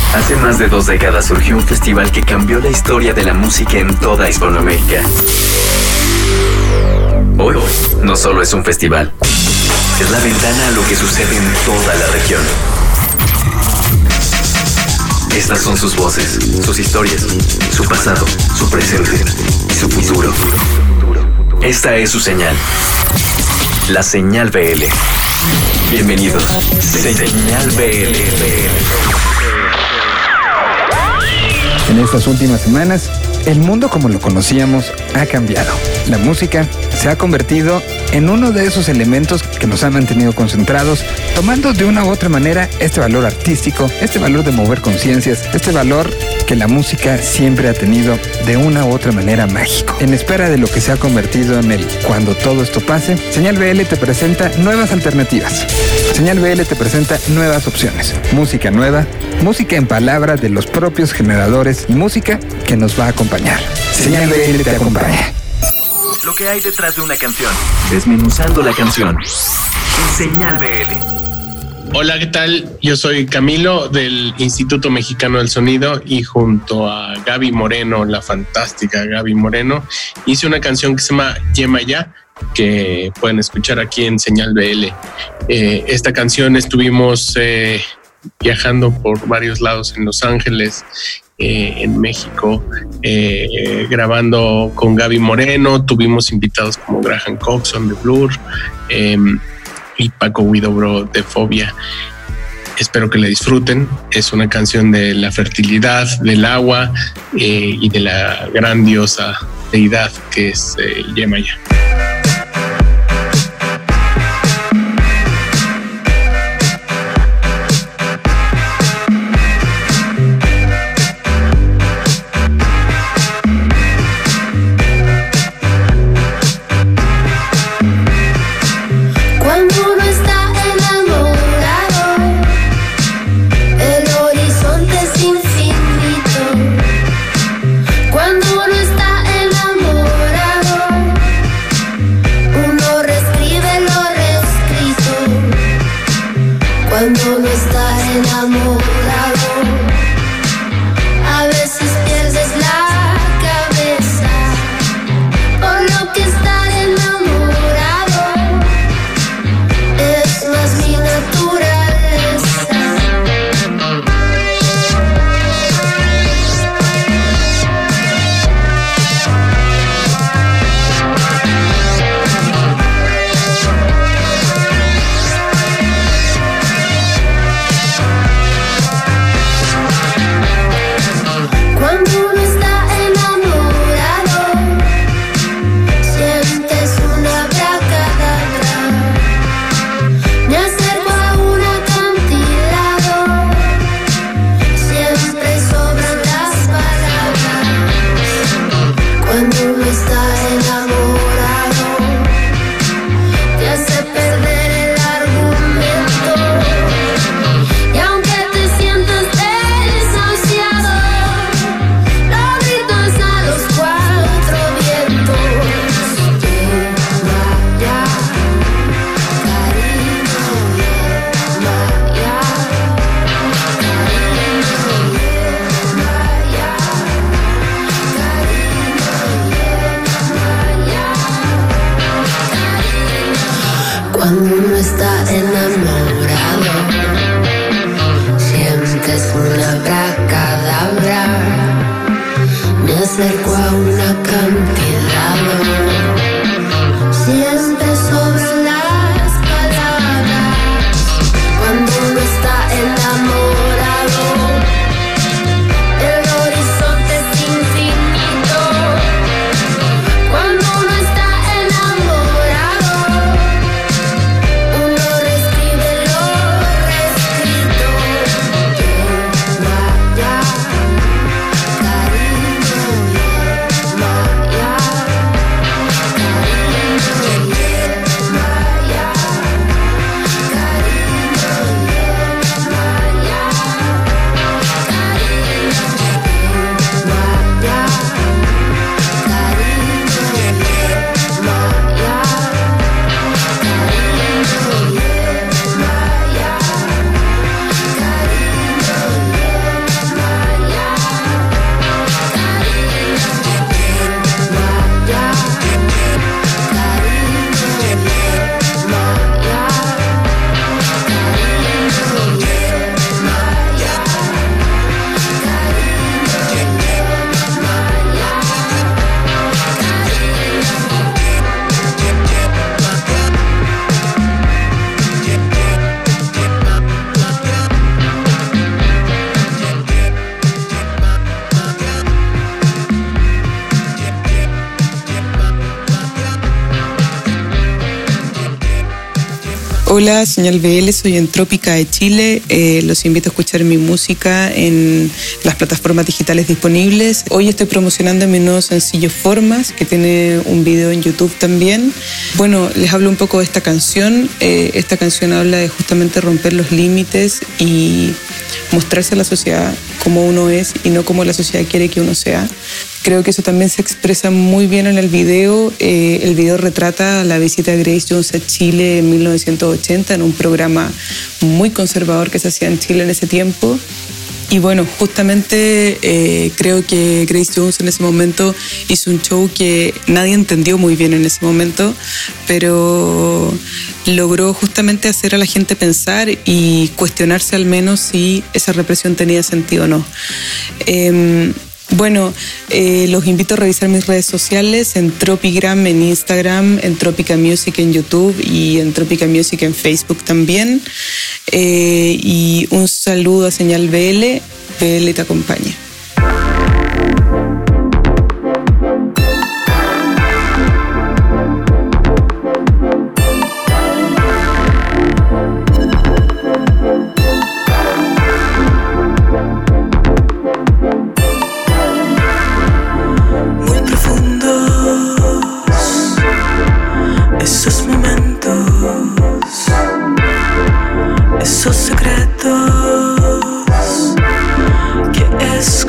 Hace más de 2 décadas surgió un festival que cambió la historia de la música en toda Hispanoamérica. Hoy no solo es un festival, es la ventana a lo que sucede en toda la región. Estas son sus voces, sus historias, su pasado, su presente y su futuro. Esta es su señal. La Señal BL. Bienvenidos. Señal BL. En estas últimas semanas, el mundo como lo conocíamos ha cambiado. La música se ha convertido en uno de esos elementos que nos han mantenido concentrados, tomando de una u otra manera este valor artístico, este valor de mover conciencias, este valor que la música siempre ha tenido de una u otra manera mágico. En espera de lo que se ha convertido en el cuando todo esto pase, Señal BL te presenta nuevas alternativas. Señal BL te presenta nuevas opciones. Música nueva, música en palabras de los propios generadores y música que nos va a acompañar. Señal BL te acompaña. Lo que hay detrás de una canción. Desmenuzando la canción. En Señal BL. Hola, ¿qué tal? Yo soy Camilo del Instituto Mexicano del Sonido y junto a Gaby Moreno, la fantástica Gaby Moreno, hice una canción que se llama Yemaya, que pueden escuchar aquí en Señal BL. Esta canción estuvimos viajando por varios lados en Los Ángeles, en México, grabando con Gaby Moreno. Tuvimos invitados como Graham Coxon de Blur y Paco Huidobro de Fobia. Espero que la disfruten. Es una canción de la fertilidad, del agua y de la grandiosa deidad que es Yemaya. Hola, Señal BL, soy Entrópica de Chile. Los invito a escuchar mi música en las plataformas digitales disponibles. Hoy estoy promocionando mi nuevo sencillo Formas, que tiene un video en YouTube también. Bueno, les hablo un poco de esta canción. Esta canción habla de justamente romper los límites y mostrarse a la sociedad como uno es y no como la sociedad quiere que uno sea. Creo que eso también se expresa muy bien en el video. El video retrata la visita de Grace Jones a Chile en 1980 en un programa muy conservador que se hacía en Chile en ese tiempo. Y bueno, justamente creo que Grace Jones en ese momento hizo un show que nadie entendió muy bien en ese momento, pero logró justamente hacer a la gente pensar y cuestionarse al menos si esa represión tenía sentido o no. Bueno, los invito a revisar mis redes sociales, Entropigram en Instagram, Entrópica Music en YouTube y Entrópica Music en Facebook también. Y un saludo a Señal BL, BL te acompaña. Esos secretos que es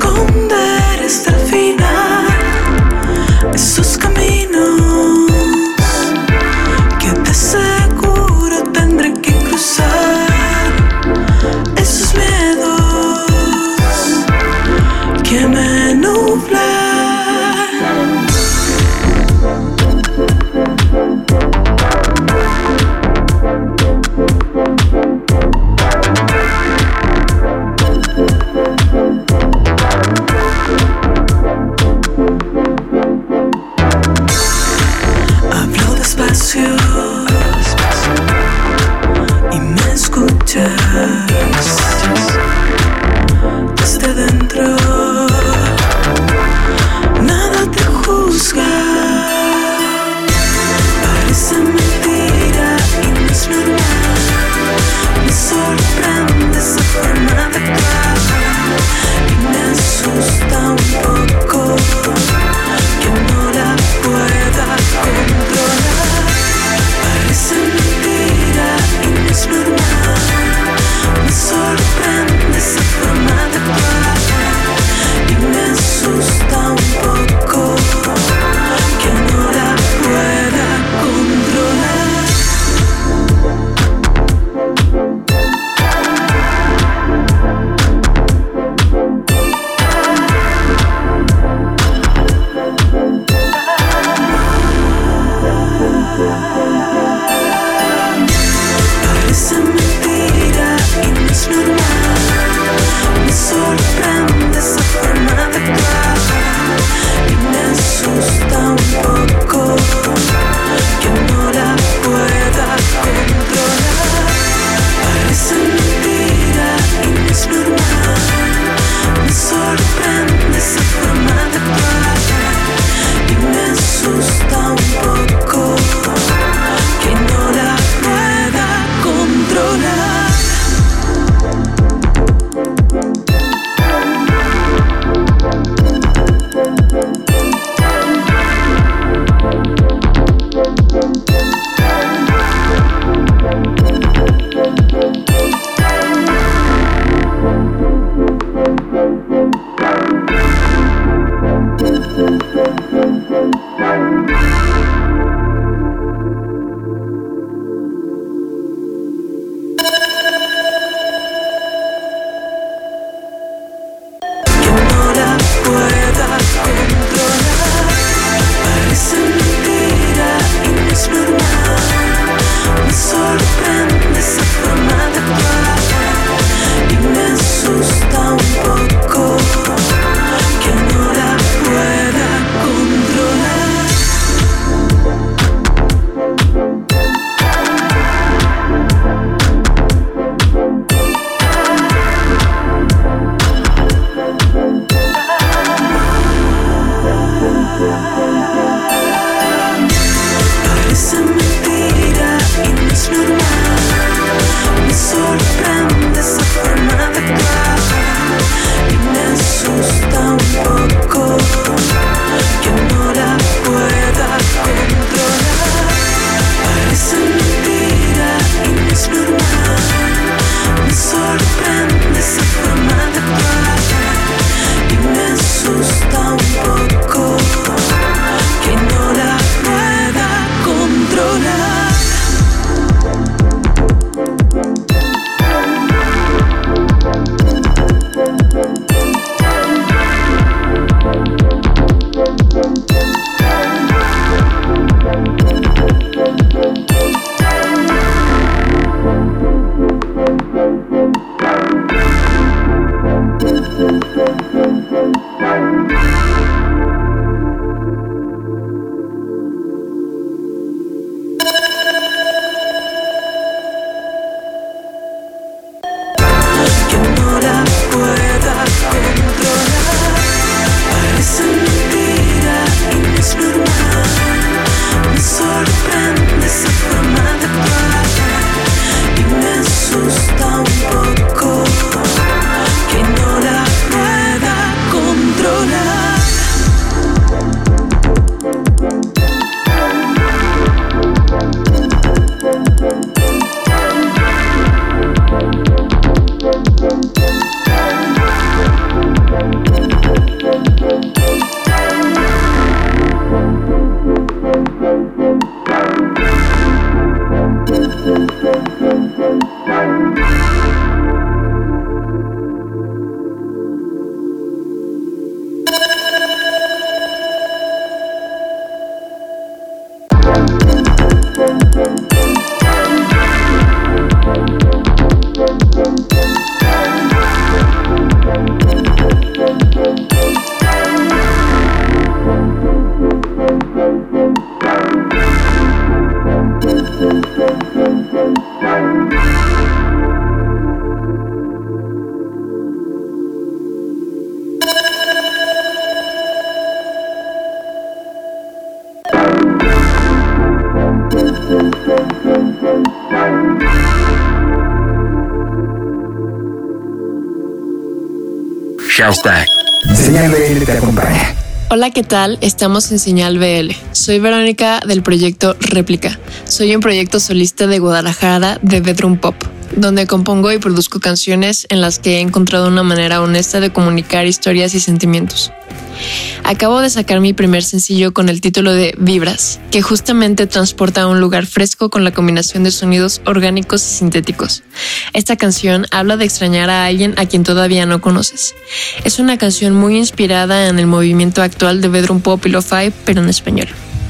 Hashtag Señal BL te acompaña. Hola, ¿qué tal? Estamos en Señal BL. Soy Verónica del proyecto Réplica. Soy un proyecto solista de Guadalajara de Bedroom Pop, donde compongo y produzco canciones en las que he encontrado una manera honesta de comunicar historias y sentimientos. Acabo de sacar mi primer sencillo con el título de Vibras, que justamente transporta a un lugar fresco con la combinación de sonidos orgánicos y sintéticos. Esta canción habla de extrañar a alguien a quien todavía no conoces. Es una canción muy inspirada en el movimiento actual de Bedroom Pop y Lo-Fi, pero en español.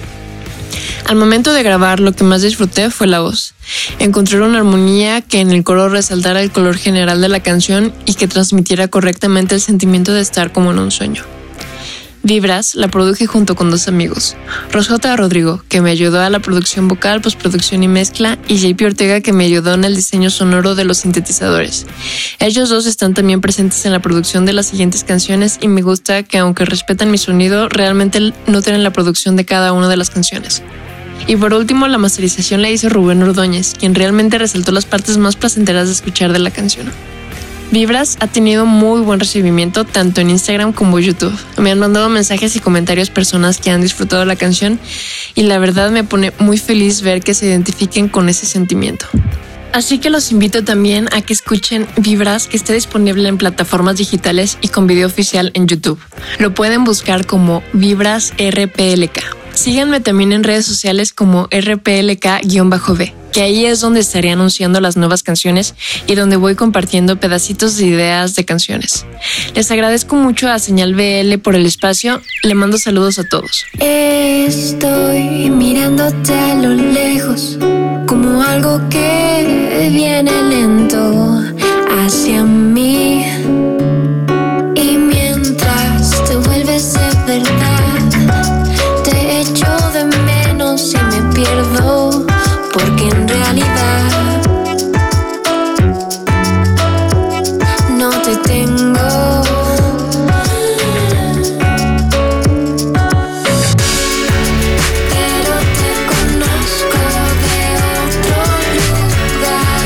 Al momento de grabar, lo que más disfruté fue la voz. Encontrar una armonía que en el coro resaltara el color general de la canción y que transmitiera correctamente el sentimiento de estar como en un sueño. Vibras la produje junto con 2 amigos, Rosjota Rodrigo, que me ayudó a la producción vocal, postproducción y mezcla, y JP Ortega, que me ayudó en el diseño sonoro de los sintetizadores. Ellos 2 están también presentes en la producción de las siguientes canciones y me gusta que, aunque respetan mi sonido, realmente noten en la producción de cada una de las canciones. Y por último, la masterización la hizo Rubén Ordóñez, quien realmente resaltó las partes más placenteras de escuchar de la canción. Vibras ha tenido muy buen recibimiento tanto en Instagram como YouTube. Me han mandado mensajes y comentarios personas que han disfrutado la canción y la verdad me pone muy feliz ver que se identifiquen con ese sentimiento. Así que los invito también a que escuchen Vibras, que está disponible en plataformas digitales y con video oficial en YouTube. Lo pueden buscar como Vibras RPLK. Síganme también en redes sociales como RPLK-B, que ahí es donde estaré anunciando las nuevas canciones y donde voy compartiendo pedacitos de ideas de canciones. Les agradezco mucho a Señal BL por el espacio. Le mando saludos a todos. Estoy mirándote a lo lejos, como algo que viene lento hacia mí. Y mientras te vuelves de verdad, te echo de menos y me pierdo, porque en realidad no te tengo. Pero te conozco de otro lugar.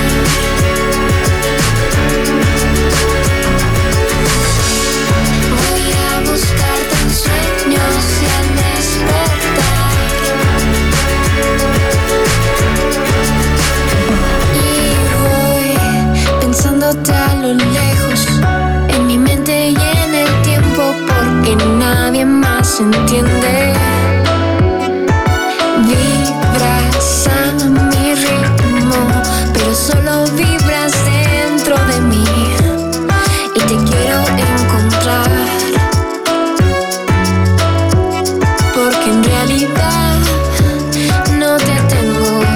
Voy a buscarte en sueños y al despertar. A lo lejos, en mi mente y en el tiempo, porque nadie más entiende. Vibras a mi ritmo, pero solo vibras dentro de mí y te quiero encontrar, porque en realidad no te tengo.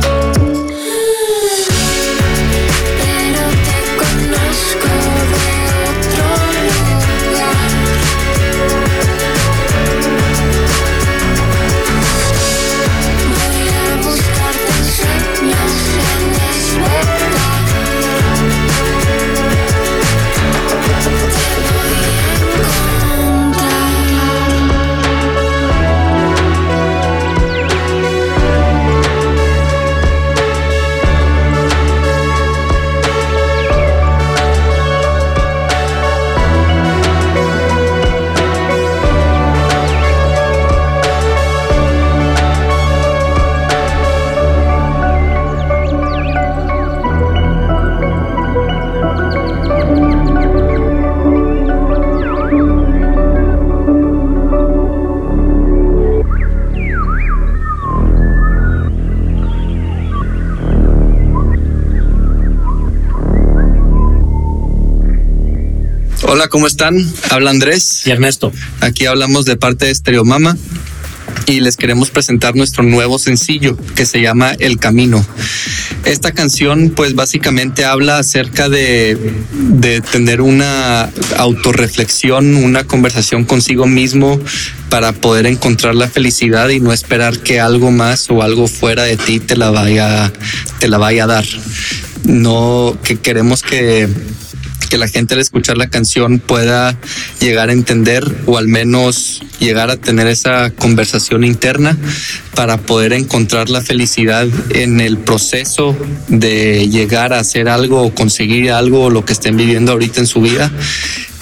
Hola, ¿cómo están? Habla Andrés y Ernesto. Aquí hablamos de parte de Stereomama y les queremos presentar nuestro nuevo sencillo que se llama El Camino. Esta canción pues básicamente habla acerca de tener una autorreflexión, una conversación consigo mismo para poder encontrar la felicidad y no esperar que algo más o algo fuera de ti te la vaya a dar. No, que queremos que la gente al escuchar la canción pueda llegar a entender o al menos llegar a tener esa conversación interna para poder encontrar la felicidad en el proceso de llegar a hacer algo o conseguir algo o lo que estén viviendo ahorita en su vida.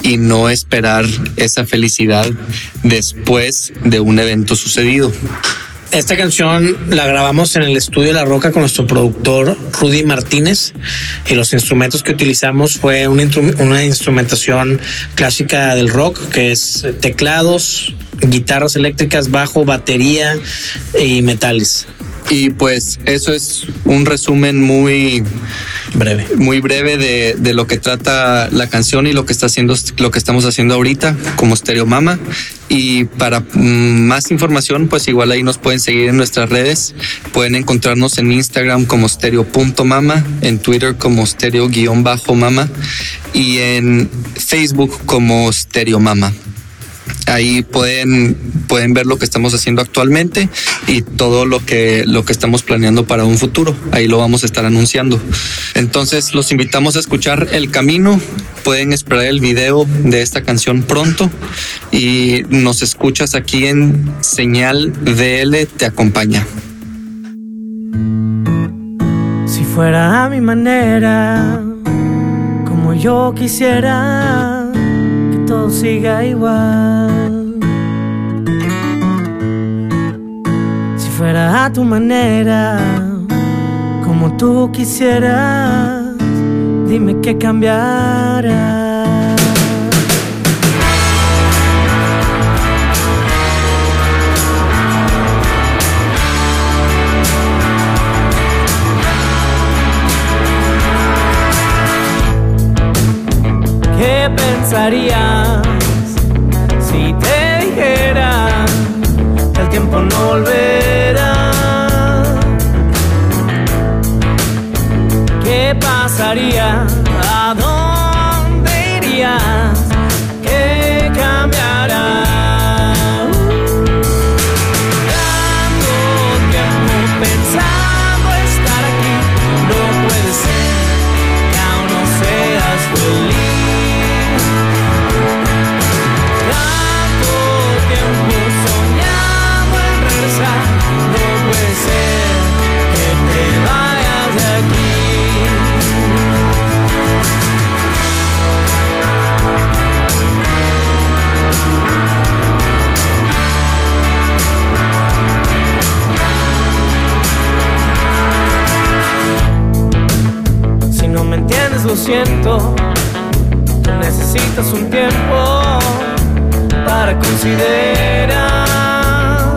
y no esperar esa felicidad después de un evento sucedido. Esta canción la grabamos en el estudio La Roca con nuestro productor Rudy Martínez, y los instrumentos que utilizamos fue una instrumentación clásica del rock, que es teclados, guitarras eléctricas, bajo, batería y metales. Y pues eso es un resumen muy breve de lo que trata la canción y lo que estamos haciendo ahorita como Stereo Mama. Y para más información, pues igual ahí nos pueden seguir en nuestras redes. Pueden encontrarnos en Instagram como stereo.mama, en Twitter como stereo_mama y en Facebook como Stereo Mama. Ahí pueden ver lo que estamos haciendo actualmente y todo lo que estamos planeando para un futuro. Ahí lo vamos a estar anunciando. Entonces los invitamos a escuchar El Camino. Pueden esperar el video de esta canción pronto y nos escuchas aquí en Señal VL Te Acompaña. Si fuera a mi manera, como yo quisiera, todo siga igual. Si fuera a tu manera, como tú quisieras, dime qué cambiará. ¿Qué pensarías si te dijera que el tiempo no volverá? ¿Qué pasaría? ¿A dónde irías? ¿Qué cambiará? Tanto tiempo pensando estar aquí, no puede ser que aún no seas feliz. Lo siento, tú necesitas un tiempo para considerar.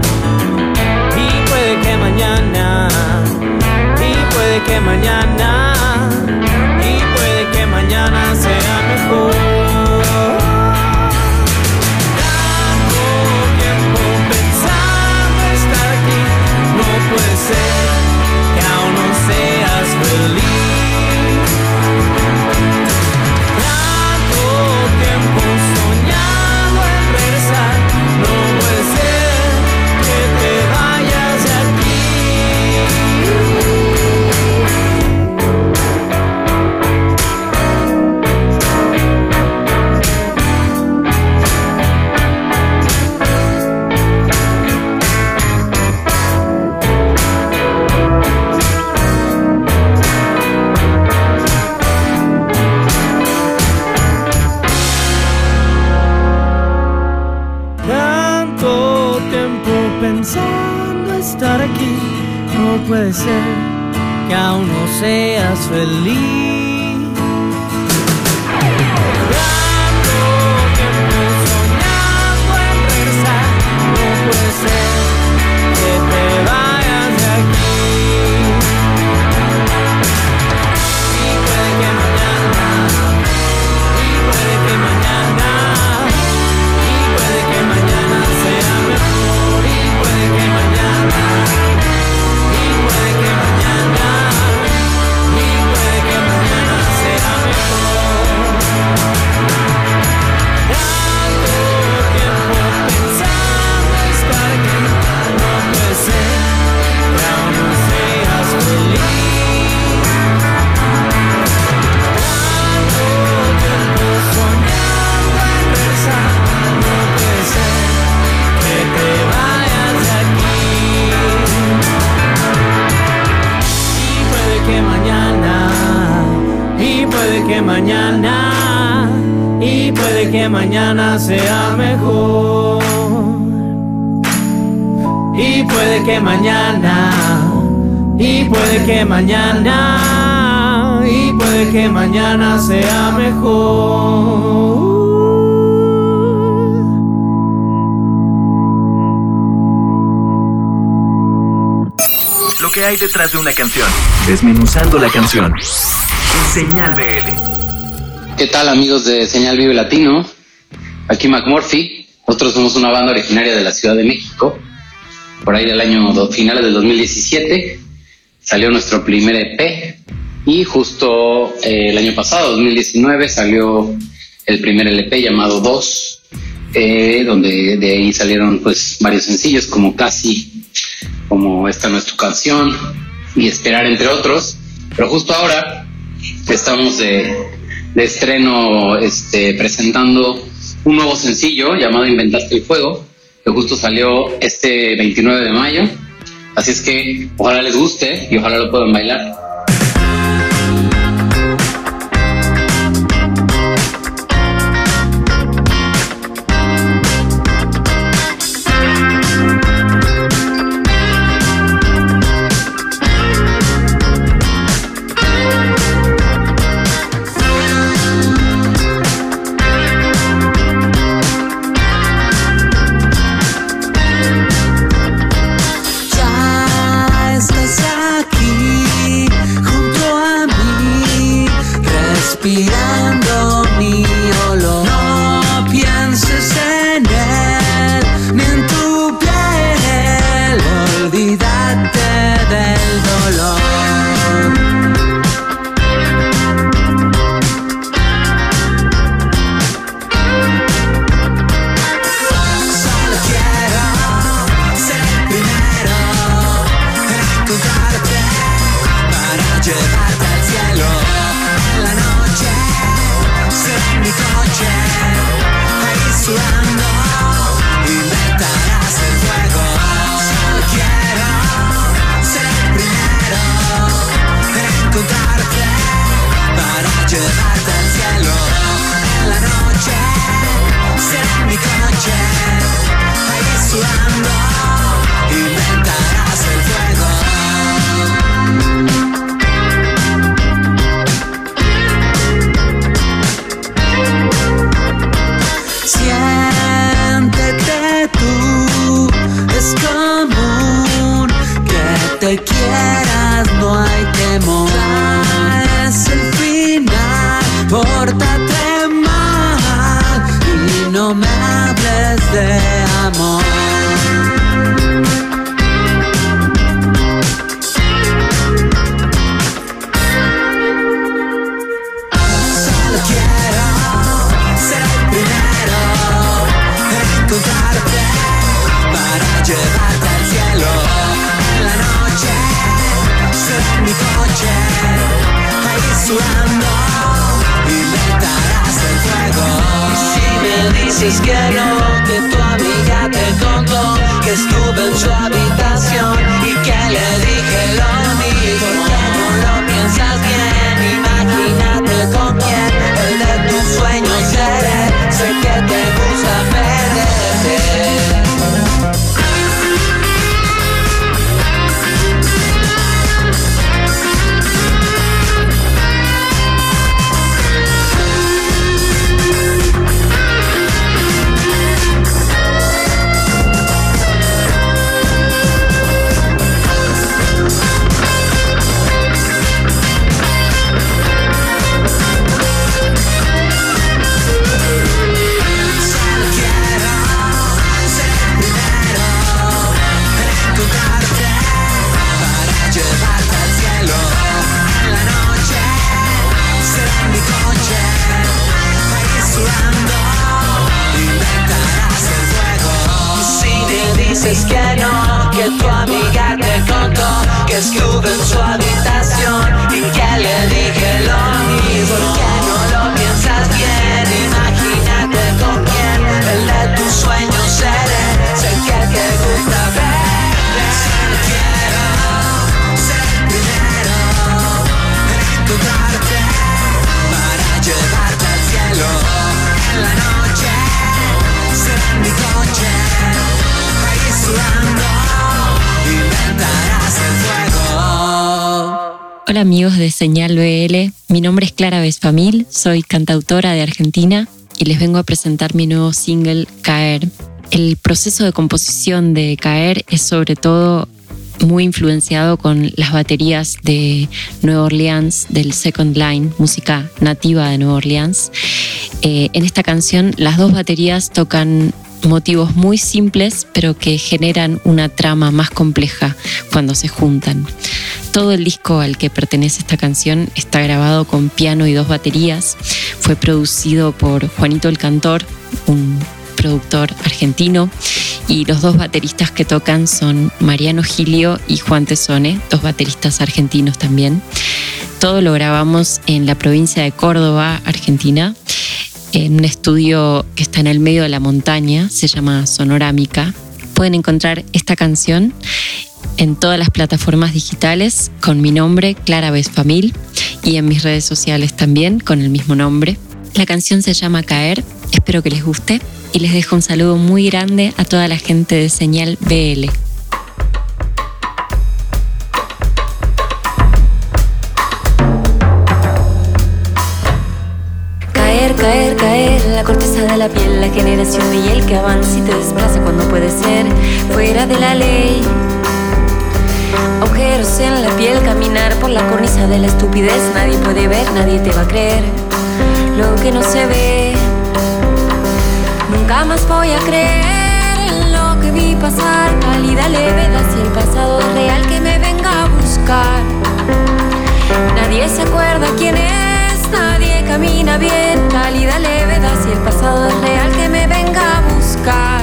Y puede que mañana, y puede que mañana, y puede que mañana sea mejor. Tanto tiempo pensando estar aquí, no puede ser que aún no seas feliz. Pensando estar aquí, no puede ser que aún no seas feliz. Tanto tiempo soñando en regresar, no puede ser que te vayas de aquí. Y puede que mañana, y puede que mañana, y puede que mañana sea mejor. Puede que mañana, y puede que mañana, y puede que mañana. puede que mañana sea mejor. Y puede que mañana, y puede que mañana, y puede que mañana sea mejor. Lo que hay detrás de una canción. Desmenuzando la canción. En Señal BL. ¿Qué tal, amigos de Señal Vive Latino? Aquí McMurphy. Nosotros somos una banda originaria de la Ciudad de México. Por ahí del finales del 2017 salió nuestro primer EP. Y justo el año pasado, 2019, salió el primer LP llamado 2, donde de ahí salieron pues varios sencillos como Casi, como Esta No Es Tu Canción y Esperar, entre otros. Pero justo ahora estamos de estreno presentando un nuevo sencillo llamado Inventaste el Fuego, que justo salió este 29 de mayo. Así es que ojalá les guste y ojalá lo puedan bailar. Respirando mi olor. No pienses en él ni en tu piel. Olvídate del dolor. Solo quiero ser el primero en encontrarte para llevarte al cielo. La noche será en mi coche, ahí sudando, inventarás el fuego. Solo quiero ser el primero en encontrarte para llevarte al cielo. En la noche será en mi coche, ahí sudando, inventarás el fuego. Siéntete tú, es común que te quieras, no hay temor. Ya es el final, pórtate mal y no me hables de amor. Solo quiero ser el primero en encontrarte para llevarte al cielo. En la noche será en mi coche, ahí sudando, inventarás el fuego. Si me dices que no, que tu amiga te contó que estuve en su habitación y que le dije lo mismo, ¿por qué no lo piensas bien? Imagínate con quién, el de tus sueños seré. Sé que te gusta perderte. Dices que no, que tu amiga te contó que estuve en su habitación y que le dije lo mismo. ¿Por qué no lo piensas bien? Imagínate con quién, el de tus sueños seré. Sé que te gusta verte. Solo quiero ser el primero en encontrarte para llevarte al cielo. En en la noche, será en mi coche, ahí sudando, inventarás el fuego. Hola amigos de Señal BL, mi nombre es Clara Vesfamil, soy cantautora de Argentina y les vengo a presentar mi nuevo single Caer. El proceso de composición de Caer es sobre todo muy influenciado con las baterías de Nueva Orleans, del Second Line, música nativa de Nueva Orleans. En esta canción las dos baterías tocan motivos muy simples, pero que generan una trama más compleja cuando se juntan. Todo el disco al que pertenece esta canción está grabado con piano y dos baterías. Fue producido por Juanito el Cantor, un productor argentino, y los dos bateristas que tocan son Mariano Gilio y Juan Tesone, dos bateristas argentinos también. Todo lo grabamos en la provincia de Córdoba, Argentina, en un estudio que está en el medio de la montaña, se llama Sonorámica. Pueden encontrar esta canción en todas las plataformas digitales con mi nombre, Clara Vesfamil, y en mis redes sociales también con el mismo nombre. La canción se llama Caer, espero que les guste y les dejo un saludo muy grande a toda la gente de Señal BL. Caer, caer, caer, la corteza de la piel, la generación de hiel que avanza y te desplaza cuando puede ser fuera de la ley. Agujeros en la piel, caminar por la cornisa de la estupidez. Nadie puede ver, nadie te va a creer lo que no se ve. Nunca más voy a creer en lo que vi pasar. Cálida levedad si el pasado es real, que me venga a buscar. Nadie se acuerda quién es, nadie camina bien. Cálida levedad si el pasado es real, que me venga a buscar.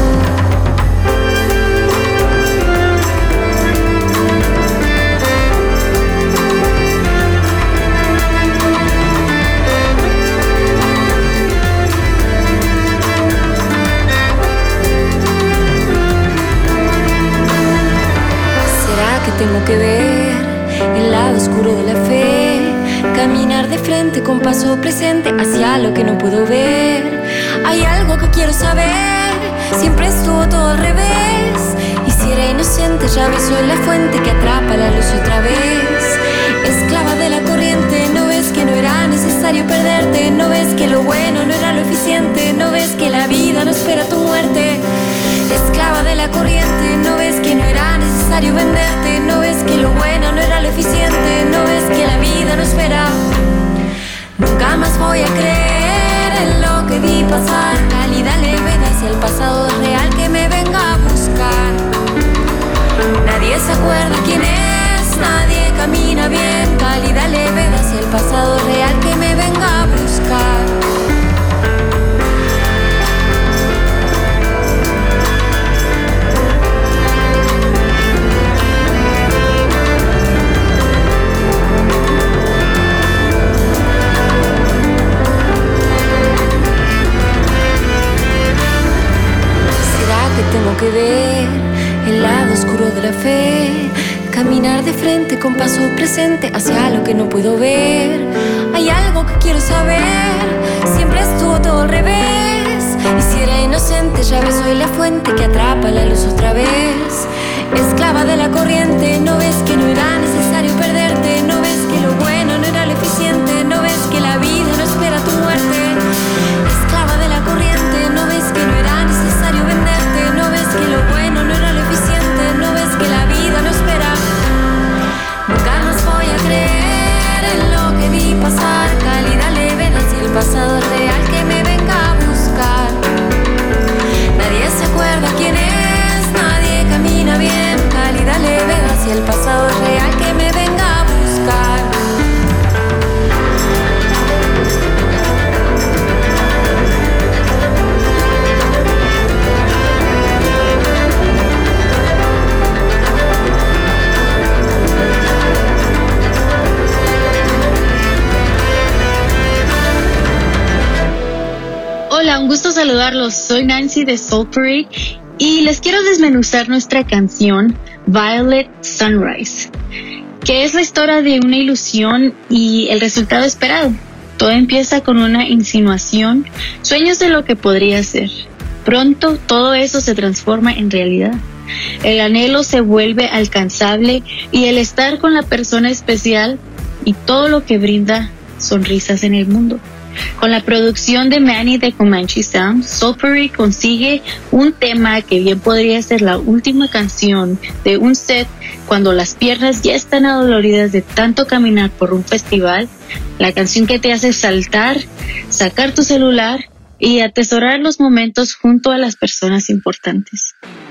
Tengo que ver el lado oscuro de la fe, caminar de frente con paso presente hacia lo que no puedo ver. Hay algo que quiero saber, siempre estuvo todo al revés. Y si era inocente, ya ves, soy la fuente que atrapa la luz otra vez. Esclava de la corriente, no ves que no era necesario perderte. No ves que lo bueno no era lo eficiente. No ves que la vida no espera tu muerte. Esclava de la corriente, no ves que no era necesario venderte. No ves que lo bueno no era lo eficiente. No ves que la vida no espera. Nunca más voy a creer en lo que vi pasar. Cálida levedad si el pasado es real, que me venga a buscar. Nadie se acuerda quién es, nadie camina bien. Cálida levedad si el pasado es real, que me venga a buscar. Tengo que ver el lado oscuro de la fe, caminar de frente con paso presente hacia lo que no puedo ver. Hay algo que quiero saber, siempre estuvo todo al revés. Y si era inocente, ya ves, soy la fuente que atrapa la luz otra vez. Esclava de la corriente, no ves que no era necesario perderte. No ves que lo bueno no era lo eficiente. No ves que la vida no espera tu muerte. Esclava de la corriente, no ves que no era necesario venderte. No ves que lo bueno no era lo eficiente. No ves que la vida no espera. Nunca más voy a creer en lo que vi pasar. Cálida levedad si el pasado es real, que me venga a buscar. Nadie se acuerda quién es, nadie camina bien. Cálida levedad si el pasado es real, que me venga a buscar. Hola, un gusto saludarlos. Soy Nancy de Soul Parade y les quiero desmenuzar nuestra canción Violet Sunrise, que es la historia de una ilusión y el resultado esperado. Todo empieza con una insinuación, sueños de lo que podría ser. Pronto todo eso se transforma en realidad. El anhelo se vuelve alcanzable y el estar con la persona especial y todo lo que brinda sonrisas en el mundo. Con la producción de Manny de Comanche Sound, Soulfury consigue un tema que bien podría ser la última canción de un set cuando las piernas ya están adoloridas de tanto caminar por un festival, la canción que te hace saltar, sacar tu celular y atesorar los momentos junto a las personas importantes.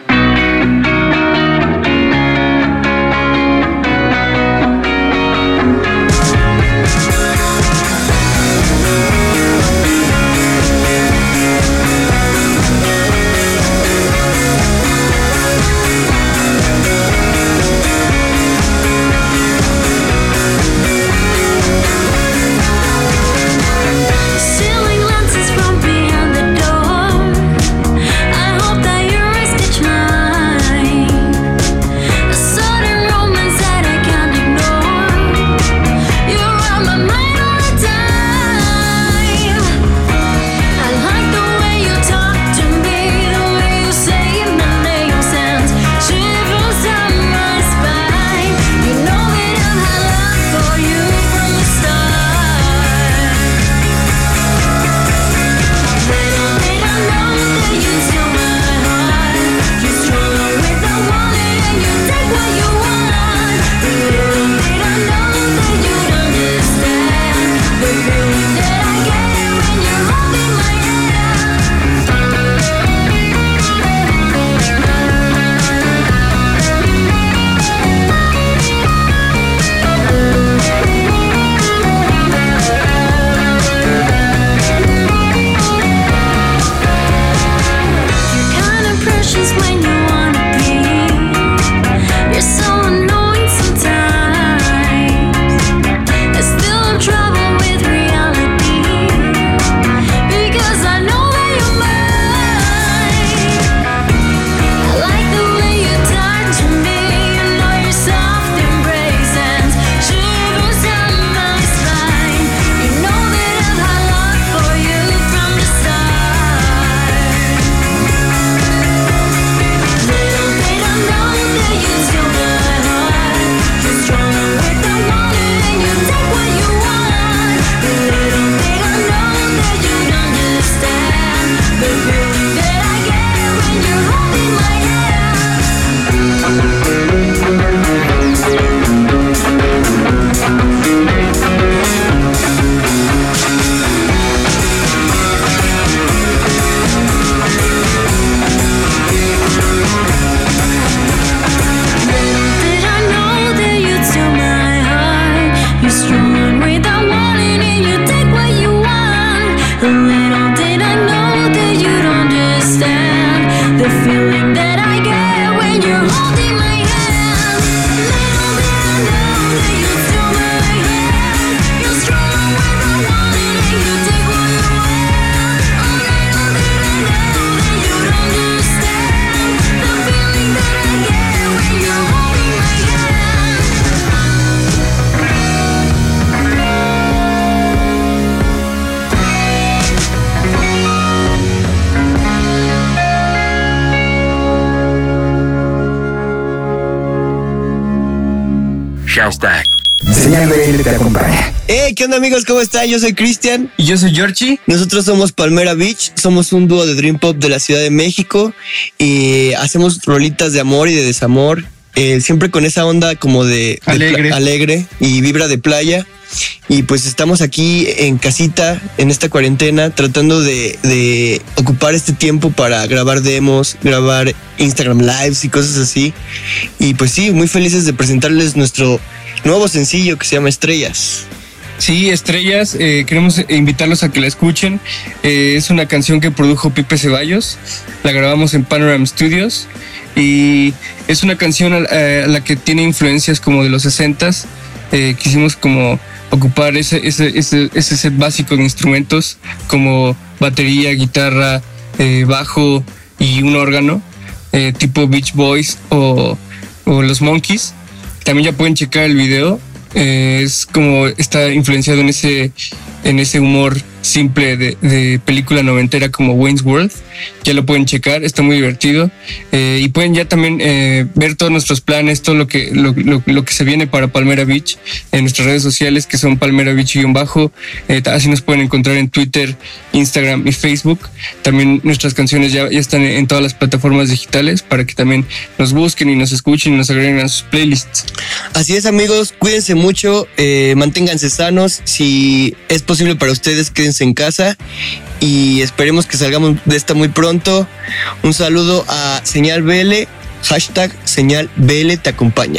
Hashtag Señal BL te acompaña. ¿Qué onda, amigos? ¿Cómo están? Yo soy Cristian. Y yo soy Georgie. Nosotros somos Palmera Beach. Somos un dúo de Dream Pop de la Ciudad de México. Y hacemos rolitas de amor y de desamor. Siempre con esa onda como de alegre y vibra de playa. Y pues estamos aquí en casita, en esta cuarentena, tratando de ocupar este tiempo para grabar demos, grabar Instagram Lives y cosas así. Y pues sí, muy felices de presentarles nuestro nuevo sencillo que se llama Estrellas. Sí, Estrellas, queremos invitarlos a que la escuchen. Es una canción que produjo Pipe Ceballos, la grabamos en Panorama Studios y es una canción a la que tiene influencias como de los 60s. Quisimos como ocupar ese set básico de instrumentos como batería, guitarra, bajo y un órgano, tipo Beach Boys o los Monkees. También ya pueden checar el video. Es como está influenciado en en ese humor simple de película noventera como Wayne's World. Ya lo pueden checar, está muy divertido. Y pueden ya también ver todos nuestros planes, todo lo que se viene para Palmera Beach en nuestras redes sociales, que son Palmera Beach-bajo. Así nos pueden encontrar en Twitter, Instagram y Facebook. También nuestras canciones ya están en todas las plataformas digitales para que también nos busquen y nos escuchen y nos agreguen a sus playlists. Así es, amigos, cuídense mucho, manténganse sanos. Si es posible para ustedes, quédense en casa y esperemos que salgamos de esta muy pronto. Un saludo a Señal BL, hashtag Señal BL te acompaña.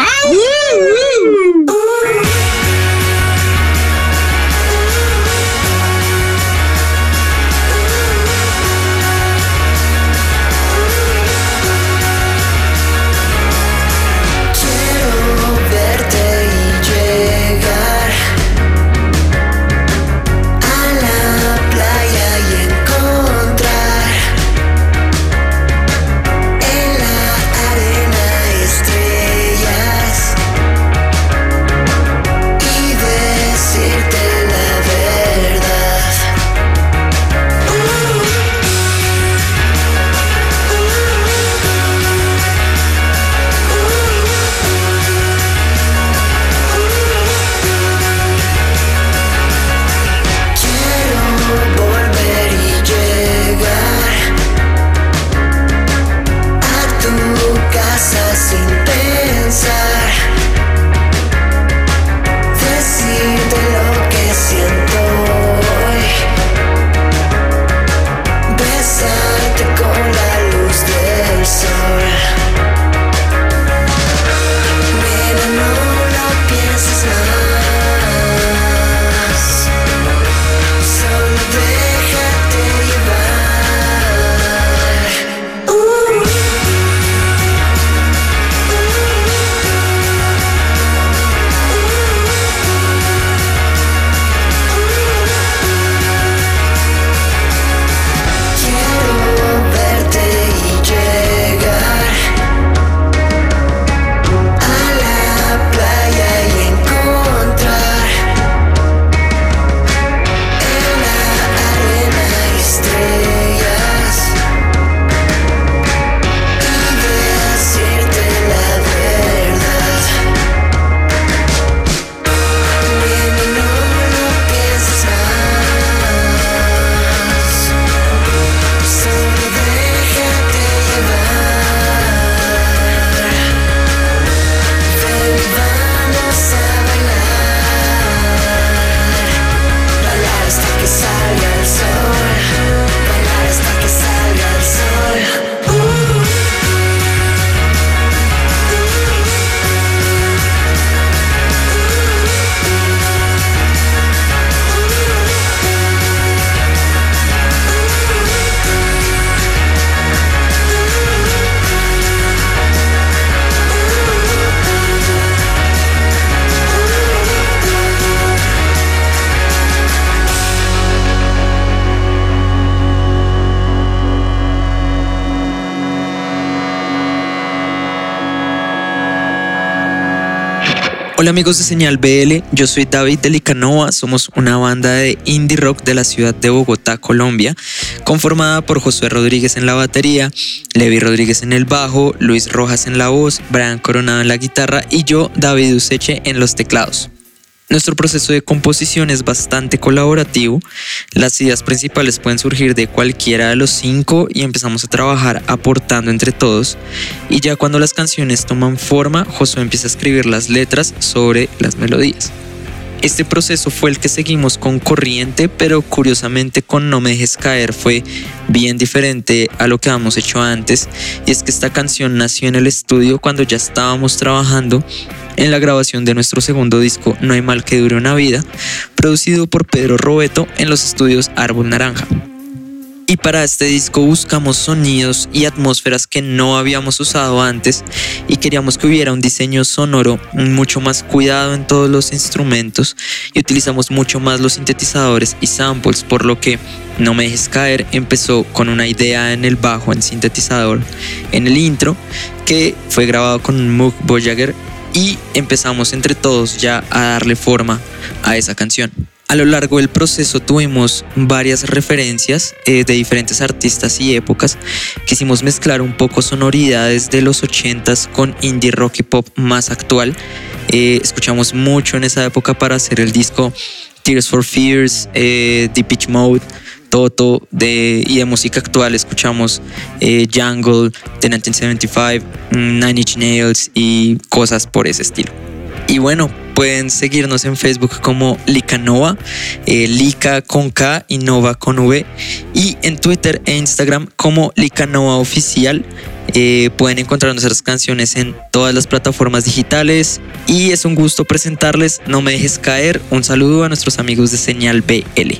Hola amigos de Señal BL, yo soy David Delicanova, somos una banda de indie rock de la ciudad de Bogotá, Colombia, conformada por Josué Rodríguez en la batería, Levi Rodríguez en el bajo, Luis Rojas en la voz, Brian Coronado en la guitarra y yo, David Useche, en los teclados. Nuestro proceso de composición es bastante colaborativo. Las ideas principales pueden surgir de cualquiera de los 5 y empezamos a trabajar aportando entre todos. Y ya cuando las canciones toman forma, Josué empieza a escribir las letras sobre las melodías. Este proceso fue el que seguimos con Corriente, pero curiosamente con No Me Dejes Caer fue bien diferente a lo que habíamos hecho antes. Y es que esta canción nació en el estudio cuando ya estábamos trabajando en la grabación de nuestro segundo disco No Hay Mal Que Dure Una Vida, producido por Pedro Robeto en los estudios Árbol Naranja. Y para este disco buscamos sonidos y atmósferas que no habíamos usado antes y queríamos que hubiera un diseño sonoro mucho más cuidado en todos los instrumentos y utilizamos mucho más los sintetizadores y samples, por lo que No Me Dejes Caer empezó con una idea en el bajo en sintetizador en el intro que fue grabado con Moog Voyager y empezamos entre todos ya a darle forma a esa canción. A lo largo del proceso tuvimos varias referencias de diferentes artistas y épocas. Quisimos mezclar un poco sonoridades de los 80s con indie rock y pop más actual. Escuchamos mucho en esa época para hacer el disco Tears for Fears, Depeche Mode, Toto, y de música actual escuchamos Jungle, The 1975, Nine Inch Nails y cosas por ese estilo. Y bueno, pueden seguirnos en Facebook como Licanova, Lica con K y Nova con V, y en Twitter e Instagram como Licanova Oficial. Pueden encontrar nuestras canciones en todas las plataformas digitales y es un gusto presentarles No Me Dejes Caer. Un saludo a nuestros amigos de Señal BL.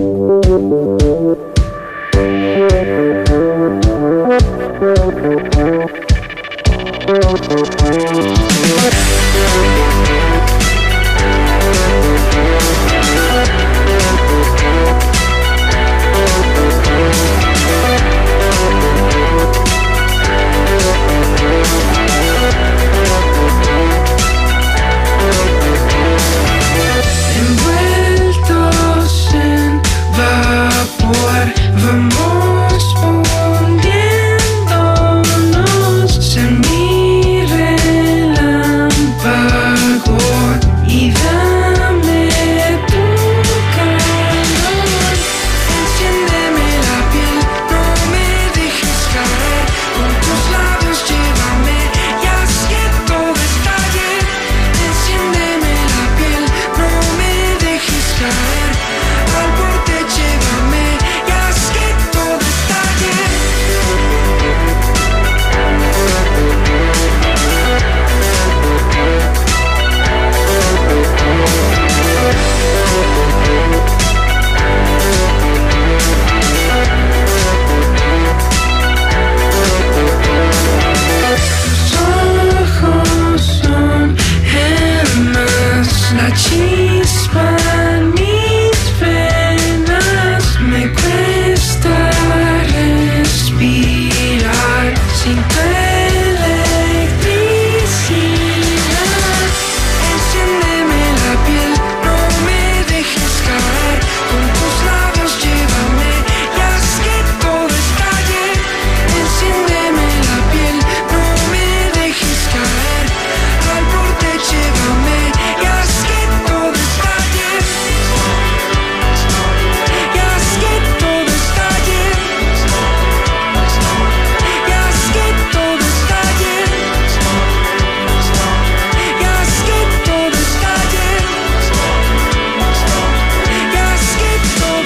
Envueltos en vapor, vamos hundiéndonos en mi relámpago y dame tu calor. Enciéndeme la piel, no me dejes caer, con tus labios llévame y haz que todo estalle. Enciéndeme la piel, no me dejes caer, al borde llévame y haz que todo estalle. Tus ojos son gemas, la chispa en mis venas. Me cuesta respirar sin tu electricidad. Enciéndeme la piel, no me dejes caer, con tus labios llévame y haz que todo estalle. Enciéndeme la piel, no me dejes caer, al borde llévame y haz que todo estalle. Y haz que todo estalle. Y haz que todo estalle. Y haz que todo estalle. Y haz que todo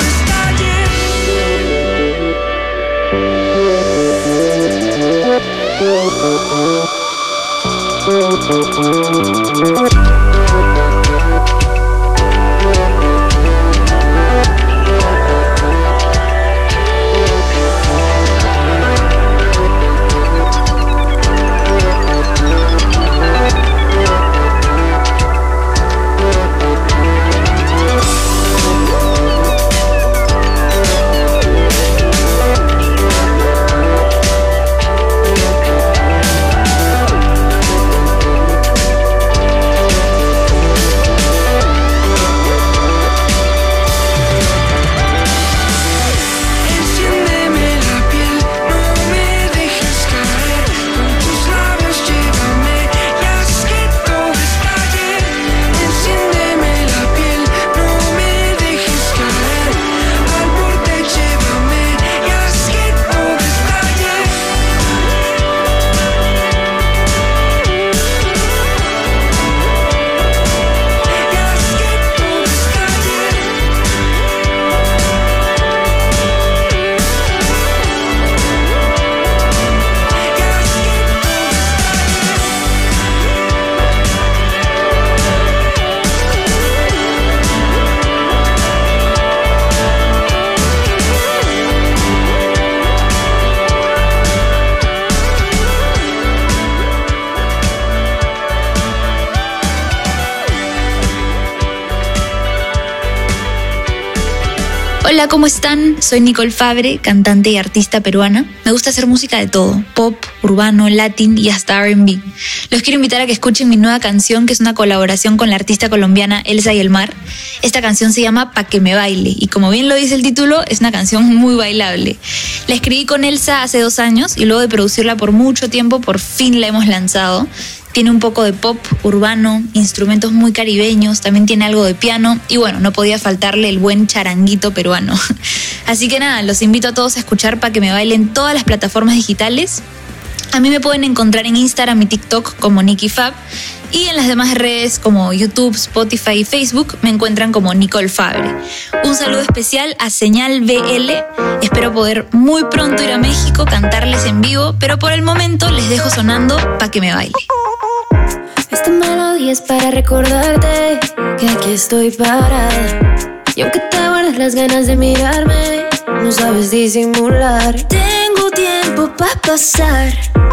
Hola, ¿cómo están? Soy Nicole Fabre, cantante y artista peruana. Me gusta hacer música de todo, pop, urbano, latín y hasta R&B. Los quiero invitar a que escuchen mi nueva canción, que es una colaboración con la artista colombiana Elsa y el Mar. Esta canción se llama Pa' que me baile y como bien lo dice el título, es una canción muy bailable. La escribí con Elsa hace 2 años y luego de producirla por mucho tiempo, por fin la hemos lanzado. Tiene un poco de pop urbano, instrumentos muy caribeños, también tiene algo de piano y bueno, no podía faltarle el buen charanguito peruano. Así que nada, los invito a todos a escuchar Pa' que me baile en todas las plataformas digitales. A mí me pueden encontrar en Instagram y TikTok como Nicki Fab y en las demás redes como YouTube, Spotify y Facebook me encuentran como Nicole Fabre. Un saludo especial a Señal BL. Espero poder muy pronto ir a México, cantarles en vivo, pero por el momento les dejo sonando Pa' que me baile. Esta melodía es para recordarte que aquí estoy parada. Y aunque te guardas las ganas de mirarme, no sabes disimular. Tengo tiempo para pasar,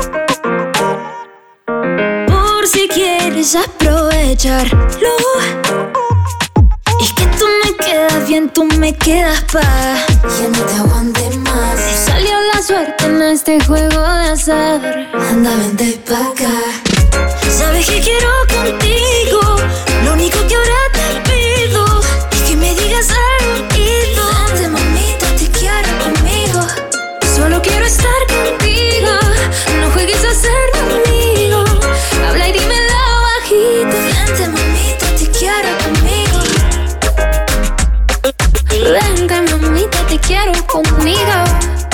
por si quieres aprovecharlo. Y que tú me quedas bien, tú me quedas pa'. Ya no te aguante más. Salió la suerte en este juego de azar. Anda, vente pa' acá. Sabes que quiero contigo, lo único que ahora te pido es que me digas al oído. Vente, mamita, te quiero conmigo. Solo quiero estar contigo, no juegues a ser mi amigo. Habla y dímelo bajito. Vente, mamita, te quiero conmigo. Vente, mamita, te quiero conmigo.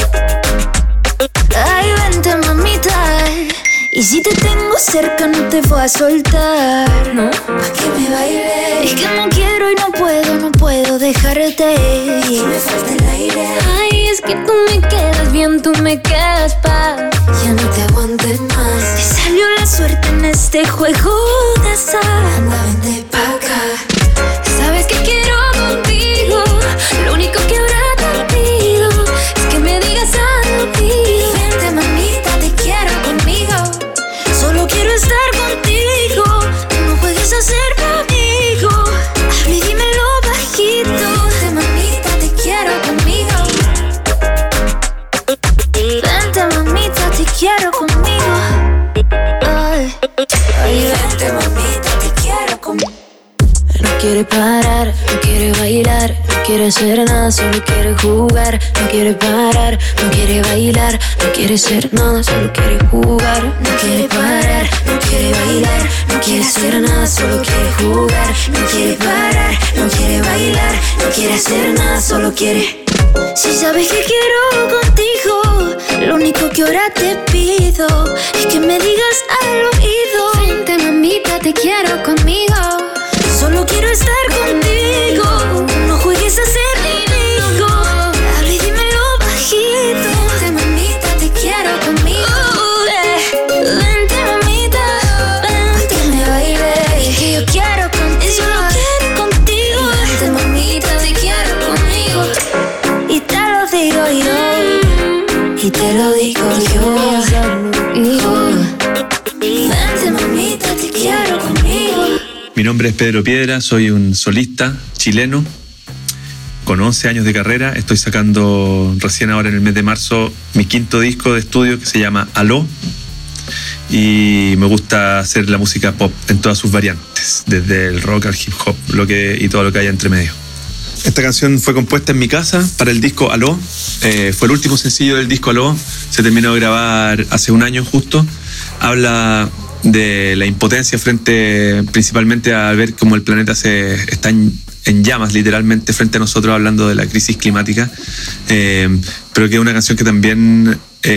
Ay, vente, mamita. Y si te tengo cerca no te voy a soltar, ¿no? Pa' que me baile. Es que no quiero y no puedo dejarte. Y me falta el aire. Ay, es que tú me quedas bien, tú me quedas pa'. Ya no te aguantes más. Te salió la suerte en este juego de azar. Anda, vente pa' acá. Sabes que quiero contigo, lo único que ahora te pido es que me digas al oído. Vente, mamita, te quiero conmigo. Solo quiero estar contigo, no juegues a ser mi amigo. Habla y dímelo bajito. Vente, mamita, te quiero conmigo. Vente, mamita, te quiero conmigo. Ay, vente, mamita, te quiero conmigo. No quiere parar, no quiere bailar, no quiere hacer nada, solo quiere jugar. No quiere parar, no quiere bailar, no quiere hacer nada, solo quiere jugar. No quiere parar, no quiere bailar, no quiere hacer nada, solo quiere jugar. No quiere parar, no quiere bailar, no quiere hacer nada, solo quiere. Si sabes que quiero contigo, lo único que ahora te pido es que me digas al oído. Vente, mamita, te quiero conmigo. Solo quiero estar contigo, no juegues a ser mi amigo. Habla y dímelo bajito. Vente, mamita, te quiero conmigo. Vente, mamita, vente, que me baile. Es que yo quiero contigo, solo quiero contigo. Vente, mamita, te quiero conmigo. Y te lo digo yo, y te lo digo yo. Vente, mamita, te quiero conmigo. Mi nombre es Pedro Piedra, soy un solista chileno con 11 años de carrera. Estoy sacando recién ahora en el mes de marzo mi 5º disco de estudio que se llama Aló. Y me gusta hacer la música pop en todas sus variantes, desde el rock al hip hop y todo lo que haya entre medio. Esta canción fue compuesta en mi casa para el disco Aló. Fue el último sencillo del disco Aló. Se terminó de grabar hace 1 año justo. Habla de la impotencia frente principalmente a ver cómo el planeta está en llamas literalmente frente a nosotros, hablando de la crisis climática, pero que es una canción que también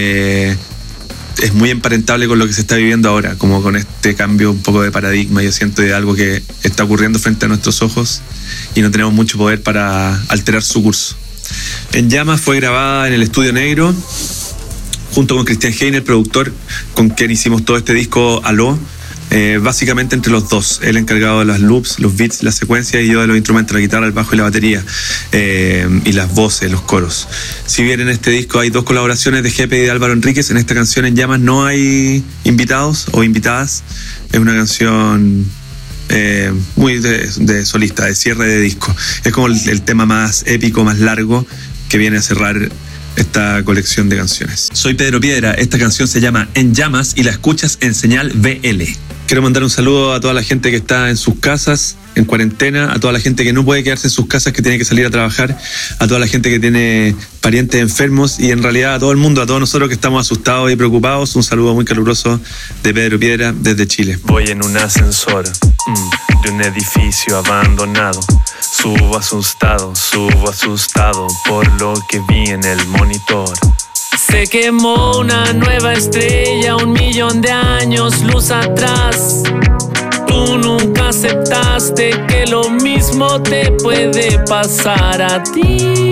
es muy emparentable con lo que se está viviendo ahora, como con este cambio un poco de paradigma, yo siento, de algo que está ocurriendo frente a nuestros ojos y no tenemos mucho poder para alterar su curso. En Llamas fue grabada en el Estudio Negro junto con Cristian Heine, el productor, con quien hicimos todo este disco Aló, básicamente entre los dos, él encargado de las loops, los beats, las secuencias, y yo de los instrumentos, la guitarra, el bajo y la batería, y las voces, los coros. Si bien en este disco hay 2 colaboraciones de Jepe y de Álvaro Enríquez, en esta canción En Llamas no hay invitados o invitadas. Es una canción muy de solista, de cierre de disco. Es como el tema más épico, más largo que viene a cerrar esta colección de canciones. Soy Pedro Piedra, esta canción se llama En Llamas y la escuchas en Señal BL. Quiero mandar un saludo a toda la gente que está en sus casas, en cuarentena, a toda la gente que no puede quedarse en sus casas, que tiene que salir a trabajar, a toda la gente que tiene parientes enfermos y en realidad a todo el mundo, a todos nosotros que estamos asustados y preocupados. Un saludo muy caluroso de Pedro Piedra desde Chile. Voy en un ascensor de un edificio abandonado. Subo asustado por lo que vi en el monitor. Se quemó una nueva estrella, 1.000.000 de años luz atrás. Tú nunca aceptaste que lo mismo te puede pasar a ti.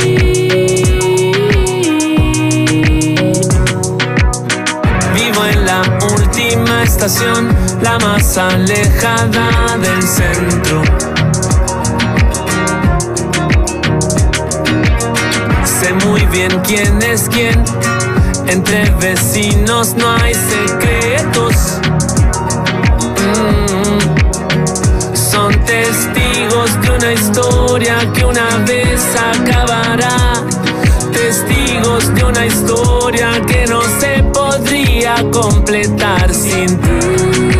Vivo en la última estación, la más alejada del centro. Sé muy bien quién es quién. Entre vecinos no hay secretos. Son testigos de una historia que una vez acabará. Testigos de una historia que no se podría completar sin ti.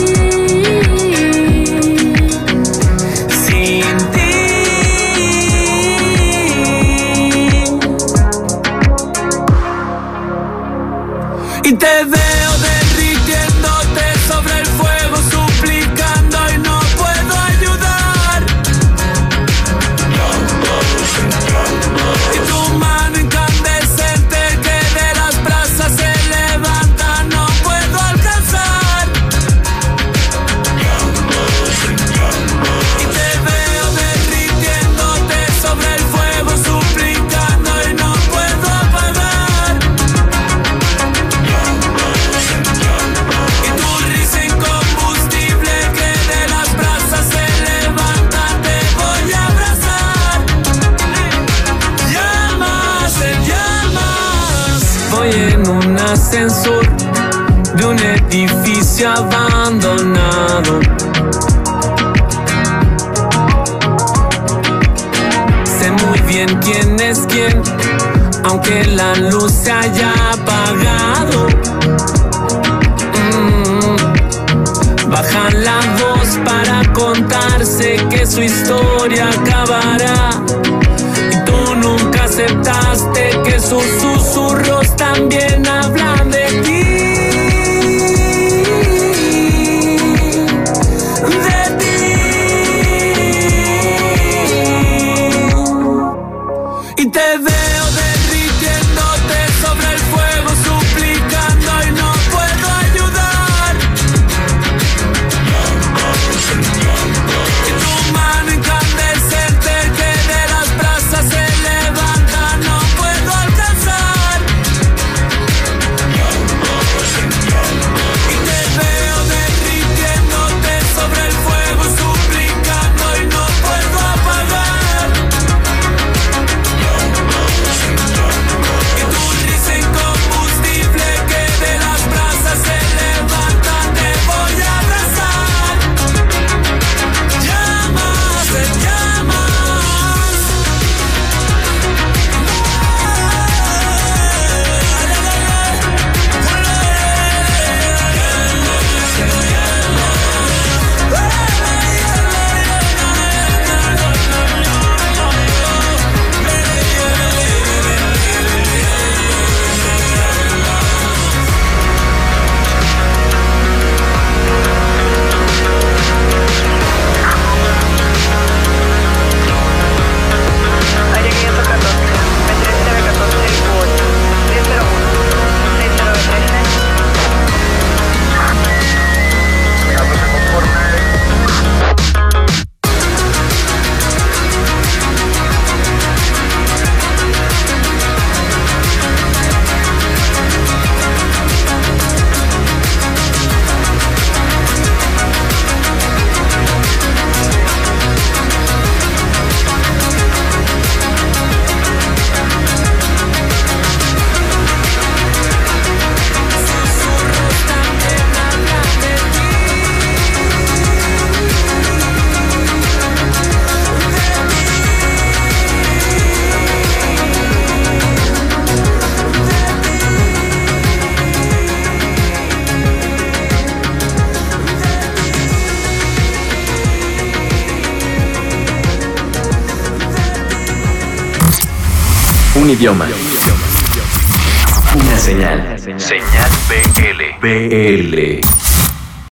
Y te veo derritiéndote sobre el fuego, suplicando y no puedo ayudar. Y tu mano incandescente que de las brasas se levanta, no puedo alcanzar. Y te veo derritiéndote sobre el fuego, suplicando y no puedo apagar. En un ascensor de un edificio abandonado. Sé muy bien quién es quién, aunque la luz se haya apagado. Bajan la voz para contarse que su historia acabará. Y tú nunca aceptaste que sus susurros también hablan de ti. De ti. Y te veo derritiéndote sobre el fuego, suplicando y no puedo ayudar. Y tu mano incandescente que de las brasas se levanta, no puedo alcanzar. Un idioma. Una señal. Señal BL. BL.